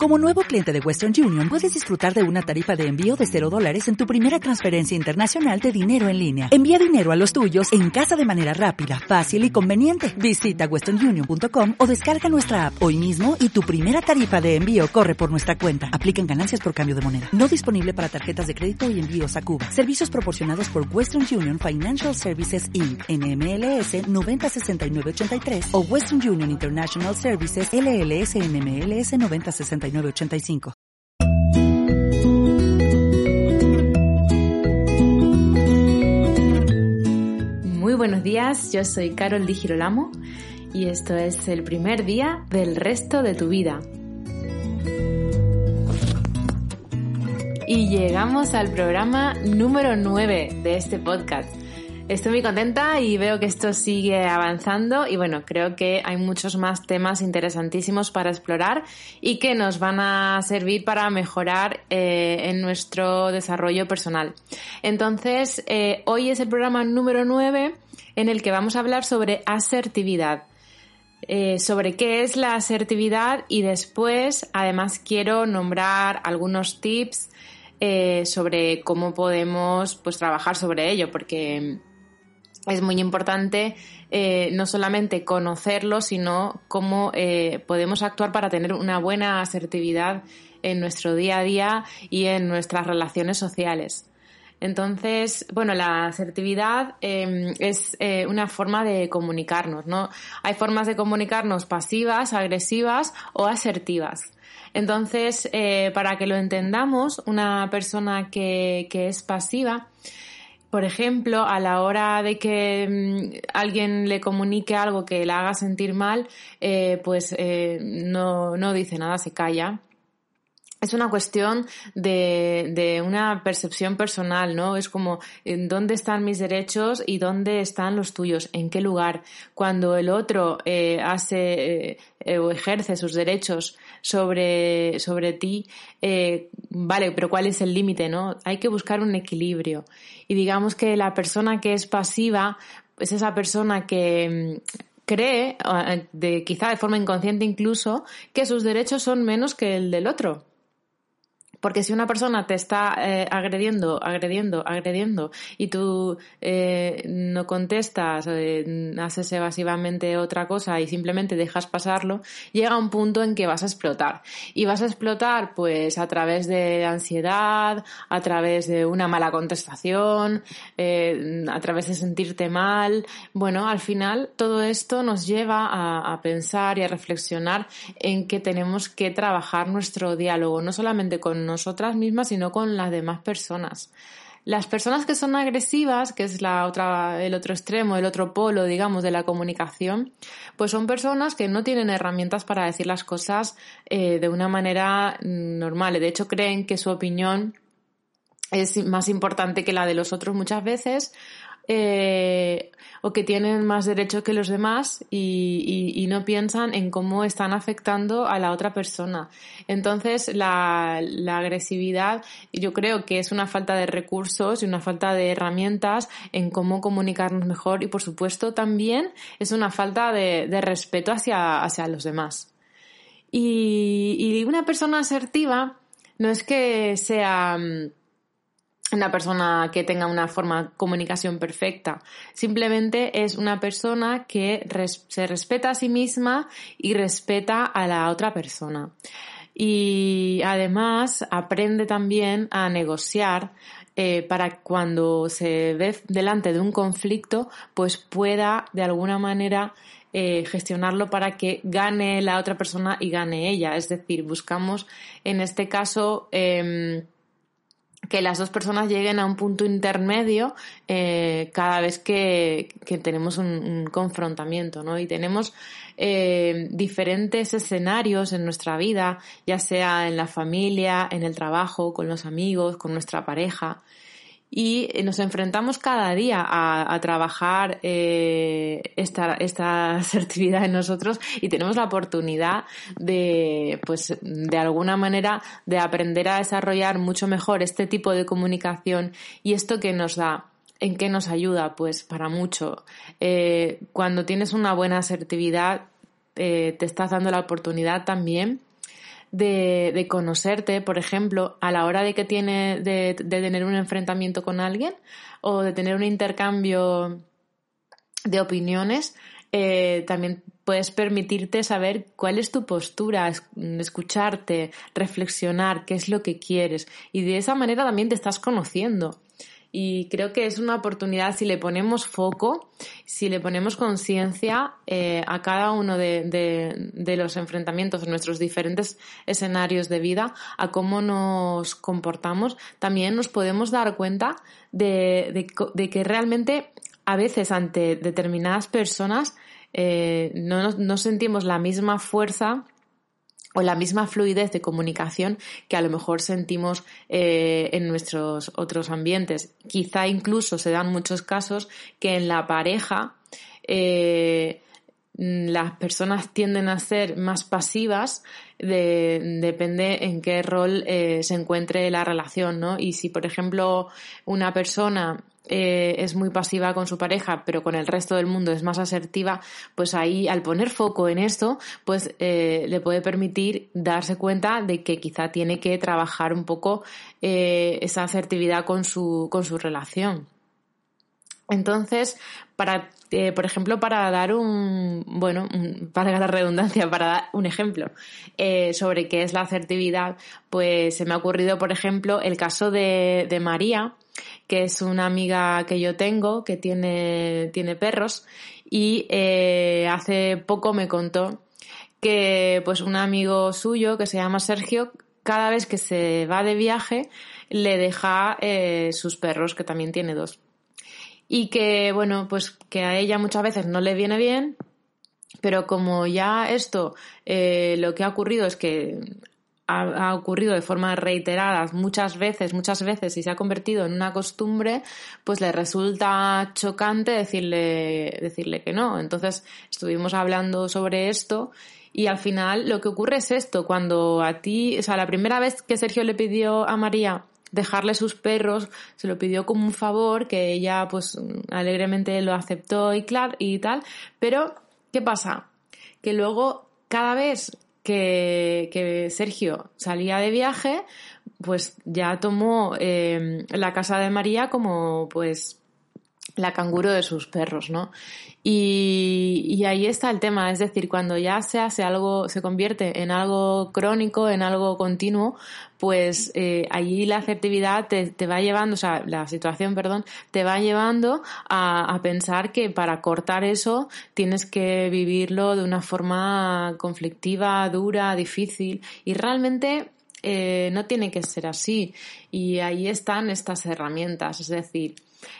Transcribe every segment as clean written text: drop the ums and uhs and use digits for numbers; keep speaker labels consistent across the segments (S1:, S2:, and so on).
S1: Como nuevo cliente de Western Union, puedes disfrutar de una tarifa de envío de $0 en tu primera transferencia internacional de dinero en línea. Envía dinero a los tuyos en casa de manera rápida, fácil y conveniente. Visita westernunion.com o descarga nuestra app hoy mismo y tu primera tarifa de envío corre por nuestra cuenta. Aplican ganancias por cambio de moneda. No disponible para tarjetas de crédito y envíos a Cuba. Servicios proporcionados por Western Union Financial Services Inc. NMLS 906983 o Western Union International Services LLS NMLS 906985.
S2: Muy buenos días, yo soy Carol Di Girolamo y esto es el primer día del resto de tu vida. Y llegamos al programa número 9 de este podcast. Estoy muy contenta y veo que esto sigue avanzando y bueno, creo que hay muchos más temas interesantísimos para explorar y que nos van a servir para mejorar en nuestro desarrollo personal. Entonces, hoy es el programa número 9 en el que vamos a hablar sobre asertividad. Sobre qué es la asertividad y después, además, quiero nombrar algunos tips sobre cómo podemos pues trabajar sobre ello, porque es muy importante no solamente conocerlo, sino cómo podemos actuar para tener una buena asertividad en nuestro día a día y en nuestras relaciones sociales. Entonces, bueno, la asertividad es una forma de comunicarnos, ¿no? Hay formas de comunicarnos pasivas, agresivas o asertivas. Entonces, para que lo entendamos, una persona que es pasiva, por ejemplo, a la hora de que alguien le comunique algo que la haga sentir mal, no dice nada, se calla. Es una cuestión de una percepción personal, ¿no? Es como, ¿dónde están mis derechos y dónde están los tuyos? ¿En qué lugar? Cuando el otro hace o ejerce sus derechos sobre ti, vale, pero ¿cuál es el límite, no? Hay que buscar un equilibrio. Y digamos que la persona que es pasiva es esa persona que cree, quizá de forma inconsciente incluso, que sus derechos son menos que el del otro. Porque si una persona te está agrediendo y tú no contestas, haces evasivamente otra cosa y simplemente dejas pasarlo, llega un punto en que vas a explotar. Y vas a explotar pues a través de ansiedad, a través de una mala contestación, a través de sentirte mal. Bueno, al final todo esto nos lleva a pensar y a reflexionar en que tenemos que trabajar nuestro diálogo, no solamente con nosotras mismas, sino con las demás personas. Las personas que son agresivas, que es el otro extremo, el otro polo, digamos, de la comunicación, pues son personas que no tienen herramientas para decir las cosas de una manera normal. De hecho, creen que su opinión es más importante que la de los otros muchas veces, o que tienen más derechos que los demás y no piensan en cómo están afectando a la otra persona. Entonces, la agresividad yo creo que es una falta de recursos y una falta de herramientas en cómo comunicarnos mejor y, por supuesto, también es una falta de respeto hacia los demás. Y una persona asertiva no es que sea una persona que tenga una forma de comunicación perfecta. Simplemente es una persona que se respeta a sí misma y respeta a la otra persona. Y además aprende también a negociar para cuando se ve delante de un conflicto, pues pueda de alguna manera gestionarlo para que gane la otra persona y gane ella. Es decir, buscamos en este caso que las dos personas lleguen a un punto intermedio cada vez que tenemos un confrontamiento, ¿no? Y tenemos diferentes escenarios en nuestra vida, ya sea en la familia, en el trabajo, con los amigos, con nuestra pareja. Y nos enfrentamos cada día a trabajar esta asertividad en nosotros y tenemos la oportunidad de alguna manera de aprender a desarrollar mucho mejor este tipo de comunicación. Y esto que nos da, ¿en qué nos ayuda? Pues para mucho. Cuando tienes una buena asertividad, te estás dando la oportunidad también de conocerte, por ejemplo, a la hora de tener un enfrentamiento con alguien o de tener un intercambio de opiniones, también puedes permitirte saber cuál es tu postura, escucharte, reflexionar, qué es lo que quieres, y de esa manera también te estás conociendo. Y creo que es una oportunidad, si le ponemos foco, si le ponemos conciencia a cada uno de los enfrentamientos en nuestros diferentes escenarios de vida, a cómo nos comportamos, también nos podemos dar cuenta de que realmente a veces ante determinadas personas no sentimos la misma fuerza o la misma fluidez de comunicación que a lo mejor sentimos en nuestros otros ambientes. Quizá incluso se dan muchos casos que en la pareja las personas tienden a ser más pasivas, depende en qué rol se encuentre la relación, ¿no? Y si, por ejemplo, una persona es muy pasiva con su pareja, pero con el resto del mundo es más asertiva, pues ahí, al poner foco en esto, pues le puede permitir darse cuenta de que quizá tiene que trabajar un poco esa asertividad con su relación. Entonces, por ejemplo, para dar para la redundancia, para dar un ejemplo sobre qué es la asertividad, pues se me ha ocurrido, por ejemplo, el caso de María, que es una amiga que yo tengo, que tiene perros, y hace poco me contó que pues un amigo suyo, que se llama Sergio, cada vez que se va de viaje, le deja sus perros, que también tiene 2. Y que, bueno, pues que a ella muchas veces no le viene bien, pero como ya esto, lo que ha ocurrido es que ha ocurrido de forma reiterada muchas veces y se ha convertido en una costumbre, pues le resulta chocante decirle que no. Entonces estuvimos hablando sobre esto y al final lo que ocurre es esto: cuando a ti, o sea, la primera vez que Sergio le pidió a María dejarle sus perros, se lo pidió como un favor, que ella pues alegremente lo aceptó y tal, pero ¿qué pasa? Que luego cada vez que Sergio salía de viaje, pues ya tomó la casa de María como pues la canguro de sus perros, ¿no? Y ahí está el tema, es decir, cuando ya se hace algo, se convierte en algo crónico, en algo continuo, pues allí la asertividad te va llevando, o sea, la situación, perdón, te va llevando a pensar que para cortar eso tienes que vivirlo de una forma conflictiva, dura, difícil, y realmente no tiene que ser así. Y ahí están estas herramientas, es decir,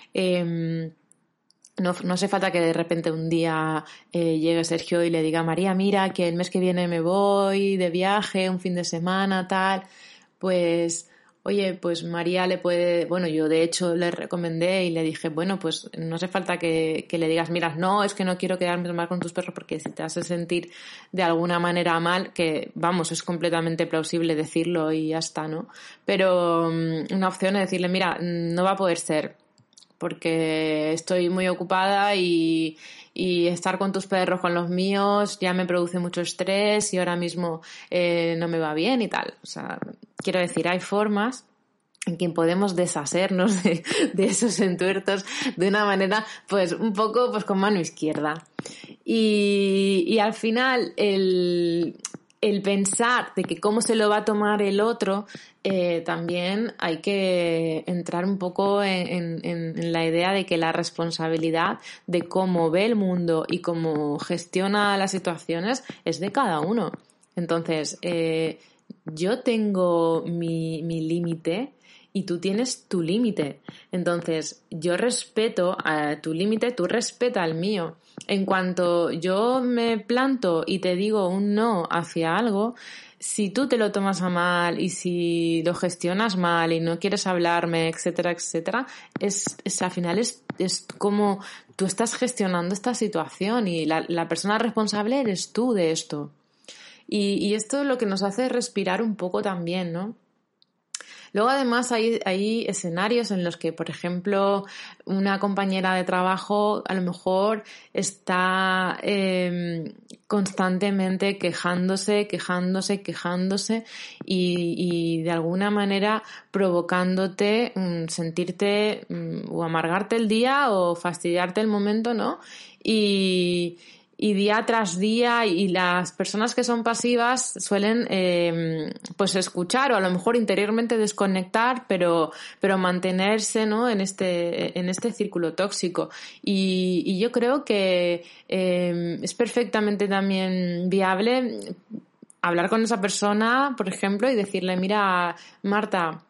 S2: no hace falta que de repente un día llegue Sergio y le diga: María, mira, que el mes que viene me voy de viaje, un fin de semana, tal. Pues, oye, pues María le puede... Bueno, yo de hecho le recomendé y le dije, bueno, pues no hace falta que le digas: mira, no, es que no quiero quedarme más con tus perros porque si te hace sentir de alguna manera mal, que vamos, es completamente plausible decirlo y ya está, ¿no? Pero una opción es decirle: mira, no va a poder ser, porque estoy muy ocupada y estar con tus perros, con los míos, ya me produce mucho estrés y ahora mismo no me va bien y tal. O sea, quiero decir, hay formas en que podemos deshacernos de esos entuertos de una manera, pues, un poco pues con mano izquierda. Y al final, el pensar de que cómo se lo va a tomar el otro, también hay que entrar un poco en la idea de que la responsabilidad de cómo ve el mundo y cómo gestiona las situaciones es de cada uno. Entonces, yo tengo mi límite y tú tienes tu límite. Entonces, yo respeto a tu límite, tú respeta el mío. En cuanto yo me planto y te digo un no hacia algo, si tú te lo tomas a mal y si lo gestionas mal y no quieres hablarme, etcétera, etcétera, al final es como tú estás gestionando esta situación y la persona responsable eres tú de esto. Y esto es lo que nos hace respirar un poco también, ¿no? Luego además hay escenarios en los que, por ejemplo, una compañera de trabajo a lo mejor está constantemente quejándose y de alguna manera provocándote sentirte o amargarte el día o fastidiarte el momento, ¿no? Y día tras día, y las personas que son pasivas suelen pues escuchar o a lo mejor interiormente desconectar, pero mantenerse, ¿no? en este círculo tóxico. Y yo creo que es perfectamente también viable hablar con esa persona, por ejemplo, y decirle: mira, Marta,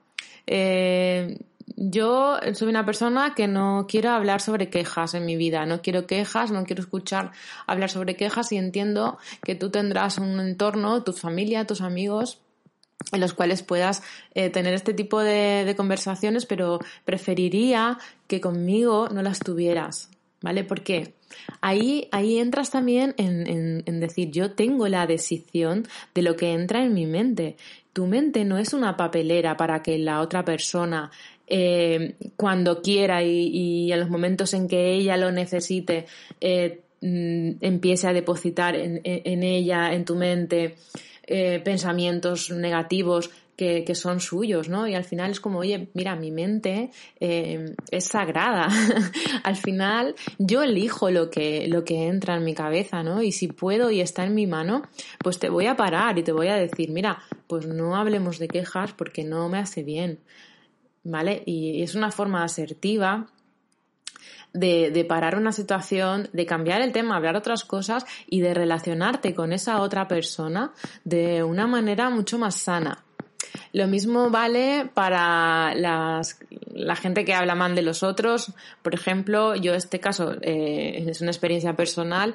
S2: yo soy una persona que no quiero hablar sobre quejas en mi vida, no quiero quejas, no quiero escuchar hablar sobre quejas, y entiendo que tú tendrás un entorno, tu familia, tus amigos, en los cuales puedas tener este tipo de conversaciones, pero preferiría que conmigo no las tuvieras, ¿vale? ¿Por qué? Ahí entras también en decir: yo tengo la decisión de lo que entra en mi mente. Tu mente no es una papelera para que la otra persona cuando quiera y en los momentos en que ella lo necesite empiece a depositar en ella, en tu mente, pensamientos negativos que son suyos, ¿no? Y al final es como: oye, mira, mi mente es sagrada. Al final yo elijo lo que entra en mi cabeza, ¿no? Y si puedo y está en mi mano, pues te voy a parar y te voy a decir: mira, pues no hablemos de quejas porque no me hace bien, ¿vale? Y es una forma asertiva de parar una situación, de cambiar el tema, hablar otras cosas y de relacionarte con esa otra persona de una manera mucho más sana. Lo mismo vale para la gente que habla mal de los otros. Por ejemplo, yo este caso es una experiencia personal.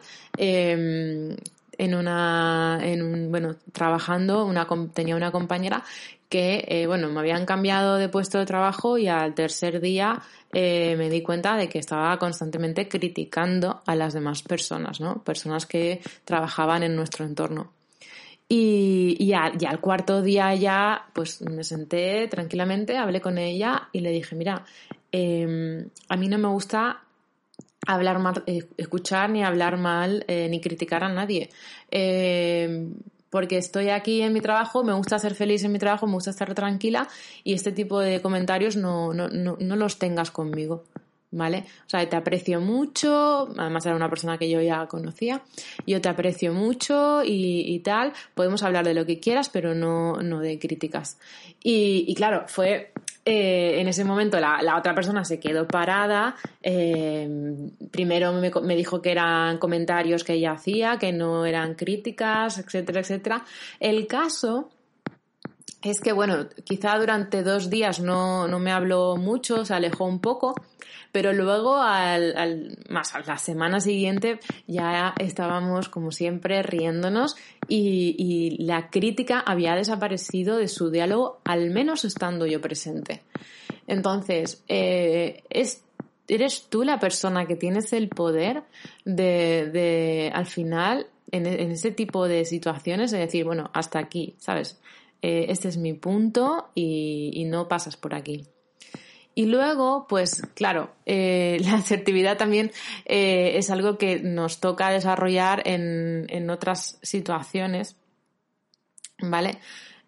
S2: Trabajando, tenía una compañera que, me habían cambiado de puesto de trabajo, y al tercer día me di cuenta de que estaba constantemente criticando a las demás personas, ¿no? Personas que trabajaban en nuestro entorno. Y al cuarto día ya, pues me senté tranquilamente, hablé con ella y le dije: mira, a mí no me gusta hablar mal, escuchar ni hablar mal, ni criticar a nadie. Porque estoy aquí en mi trabajo, me gusta ser feliz en mi trabajo, me gusta estar tranquila, y este tipo de comentarios no los tengas conmigo, ¿vale? O sea, te aprecio mucho, además era una persona que yo ya conocía, yo te aprecio mucho y tal, podemos hablar de lo que quieras, pero no de críticas. Y claro, fue... en ese momento la otra persona se quedó parada. Primero me dijo que eran comentarios que ella hacía, que no eran críticas, etcétera, etcétera. El caso es que, quizá durante 2 días no me habló mucho, se alejó un poco, pero luego a la semana siguiente ya estábamos, como siempre, riéndonos, y la crítica había desaparecido de su diálogo, al menos estando yo presente. Entonces, eres tú la persona que tienes el poder de al final, en ese tipo de situaciones, de decir: bueno, hasta aquí, ¿sabes? Este es mi punto y no pasas por aquí. Y luego, pues claro, la asertividad también es algo que nos toca desarrollar en otras situaciones, ¿vale?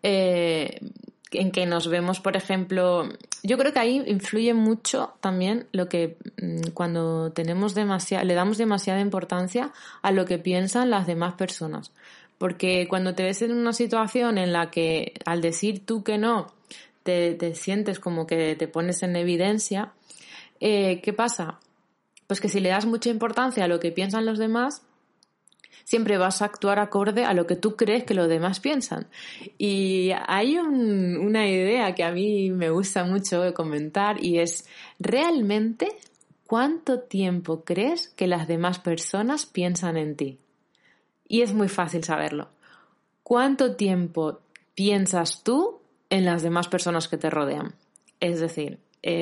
S2: En que nos vemos, por ejemplo, yo creo que ahí influye mucho también lo que cuando le damos demasiada importancia a lo que piensan las demás personas. Porque cuando te ves en una situación en la que al decir tú que no, te sientes como que te pones en evidencia, ¿qué pasa? Pues que si le das mucha importancia a lo que piensan los demás, siempre vas a actuar acorde a lo que tú crees que los demás piensan. Y hay una idea que a mí me gusta mucho comentar, y es: ¿realmente cuánto tiempo crees que las demás personas piensan en ti? Y es muy fácil saberlo. ¿Cuánto tiempo piensas tú en las demás personas que te rodean? Es decir,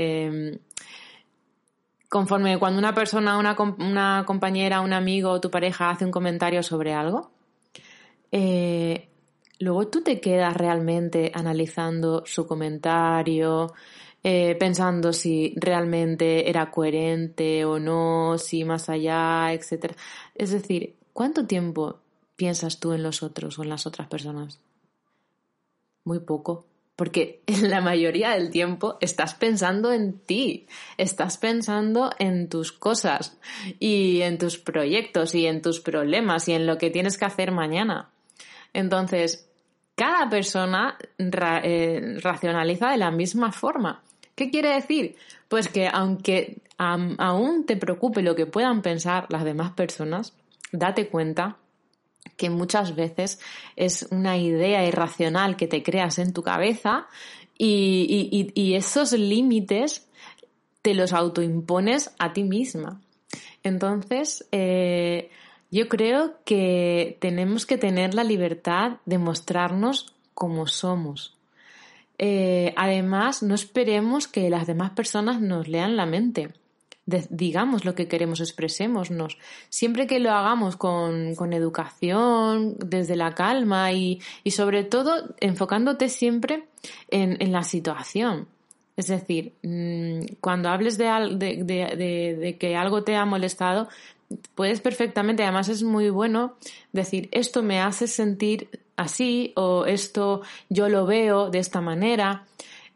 S2: conforme cuando una persona, una compañera, un amigo o tu pareja hace un comentario sobre algo, luego tú te quedas realmente analizando su comentario, pensando si realmente era coherente o no, si más allá, etcétera. Es decir, ¿cuánto tiempo piensas tú en los otros o en las otras personas? Muy poco, porque en la mayoría del tiempo estás pensando en ti, estás pensando en tus cosas y en tus proyectos y en tus problemas y en lo que tienes que hacer mañana. Entonces, cada persona racionaliza de la misma forma. ¿Qué quiere decir? Pues que aunque aún te preocupe lo que puedan pensar las demás personas, date cuenta que muchas veces es una idea irracional que te creas en tu cabeza y esos límites te los autoimpones a ti misma. Entonces, yo creo que tenemos que tener la libertad de mostrarnos como somos. Además, no esperemos que las demás personas nos lean la mente. Digamos lo que queremos, expresémonos. Siempre que lo hagamos con educación, desde la calma y sobre todo enfocándote siempre en la situación. Es decir, cuando hables de que algo te ha molestado, puedes perfectamente, además es muy bueno decir esto me hace sentir así o esto yo lo veo de esta manera,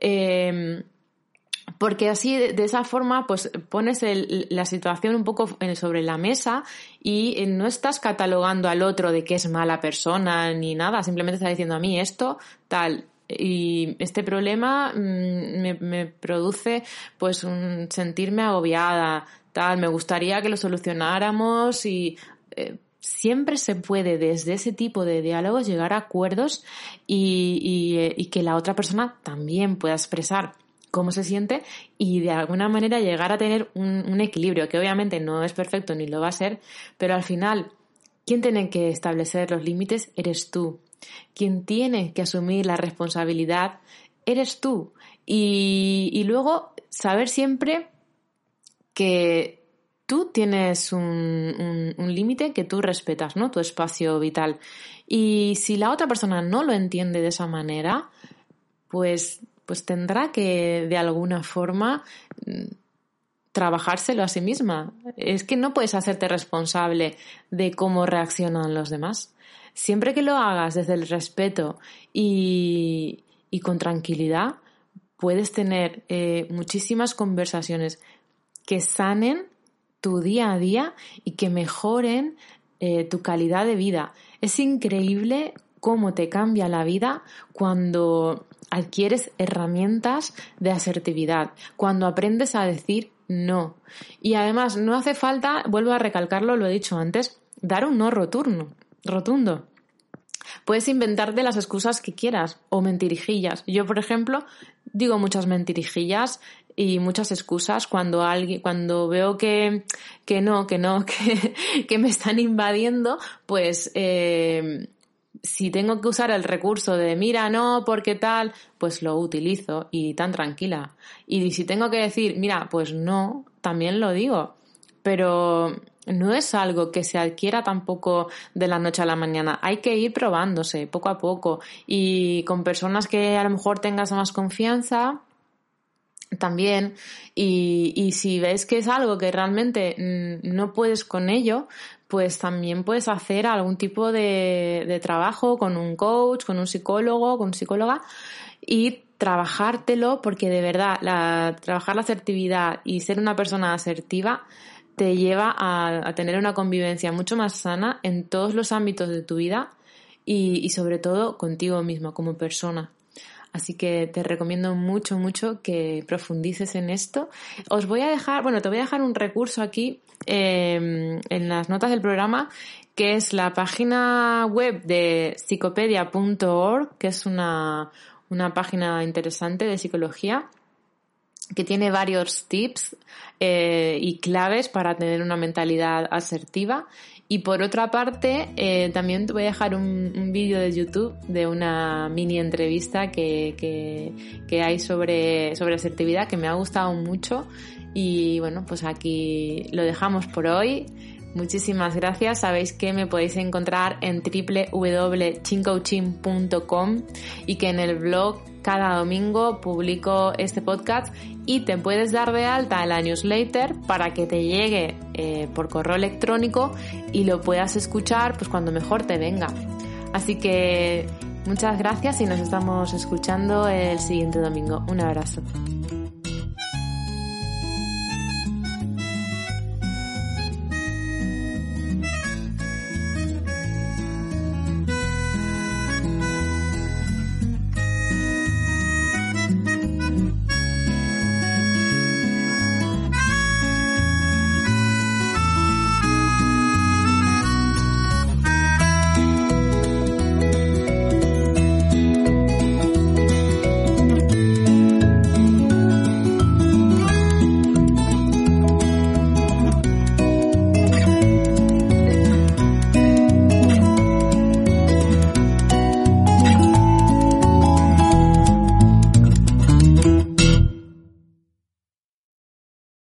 S2: porque así de esa forma pues pones la situación un poco sobre la mesa y no estás catalogando al otro de que es mala persona ni nada, simplemente estás diciendo a mí esto tal y este problema me produce pues sentirme agobiada tal, me gustaría que lo solucionáramos y siempre se puede desde ese tipo de diálogos llegar a acuerdos y que la otra persona también pueda expresar cómo se siente y de alguna manera llegar a tener un equilibrio que obviamente no es perfecto ni lo va a ser, pero al final quien tiene que establecer los límites eres tú. Quien tiene que asumir la responsabilidad eres tú. Y luego saber siempre que tú tienes un límite que tú respetas, ¿no? Tu espacio vital. Y si la otra persona no lo entiende de esa manera, pues tendrá que de alguna forma trabajárselo a sí misma. Es que no puedes hacerte responsable de cómo reaccionan los demás. Siempre que lo hagas desde el respeto y con tranquilidad, puedes tener muchísimas conversaciones que sanen tu día a día y que mejoren tu calidad de vida. Es increíble cómo te cambia la vida cuando adquieres herramientas de asertividad, cuando aprendes a decir no. Y además no hace falta, vuelvo a recalcarlo, lo he dicho antes, dar un no rotundo. Puedes inventarte las excusas que quieras o mentirijillas. Yo, por ejemplo, digo muchas mentirijillas y muchas excusas cuando veo que me están invadiendo, pues si tengo que usar el recurso de mira, no, porque tal, pues lo utilizo y tan tranquila. Y si tengo que decir, mira, pues no, también lo digo. Pero no es algo que se adquiera tampoco de la noche a la mañana. Hay que ir probándose poco a poco y con personas que a lo mejor tengas más confianza también. Y si ves que es algo que realmente no puedes con ello, pues también puedes hacer algún tipo de trabajo con un coach, con un psicólogo, con una psicóloga y trabajártelo, porque de verdad trabajar la asertividad y ser una persona asertiva te lleva a tener una convivencia mucho más sana en todos los ámbitos de tu vida y sobre todo contigo misma como persona. Así que te recomiendo mucho, mucho que profundices en esto. Te voy a dejar un recurso aquí en las notas del programa, que es la página web de psicopedia.org, que es una página interesante de psicología, que tiene varios tips y claves para tener una mentalidad asertiva. Y por otra parte, también te voy a dejar un vídeo de YouTube de una mini entrevista que hay sobre asertividad, que me ha gustado mucho. Y bueno, pues aquí lo dejamos por hoy. Muchísimas gracias. Sabéis que me podéis encontrar en www.chincoaching.com y que en el blog cada domingo publico este podcast y te puedes dar de alta en la newsletter para que te llegue por correo electrónico y lo puedas escuchar pues cuando mejor te venga. Así que muchas gracias y nos estamos escuchando el siguiente domingo. Un abrazo.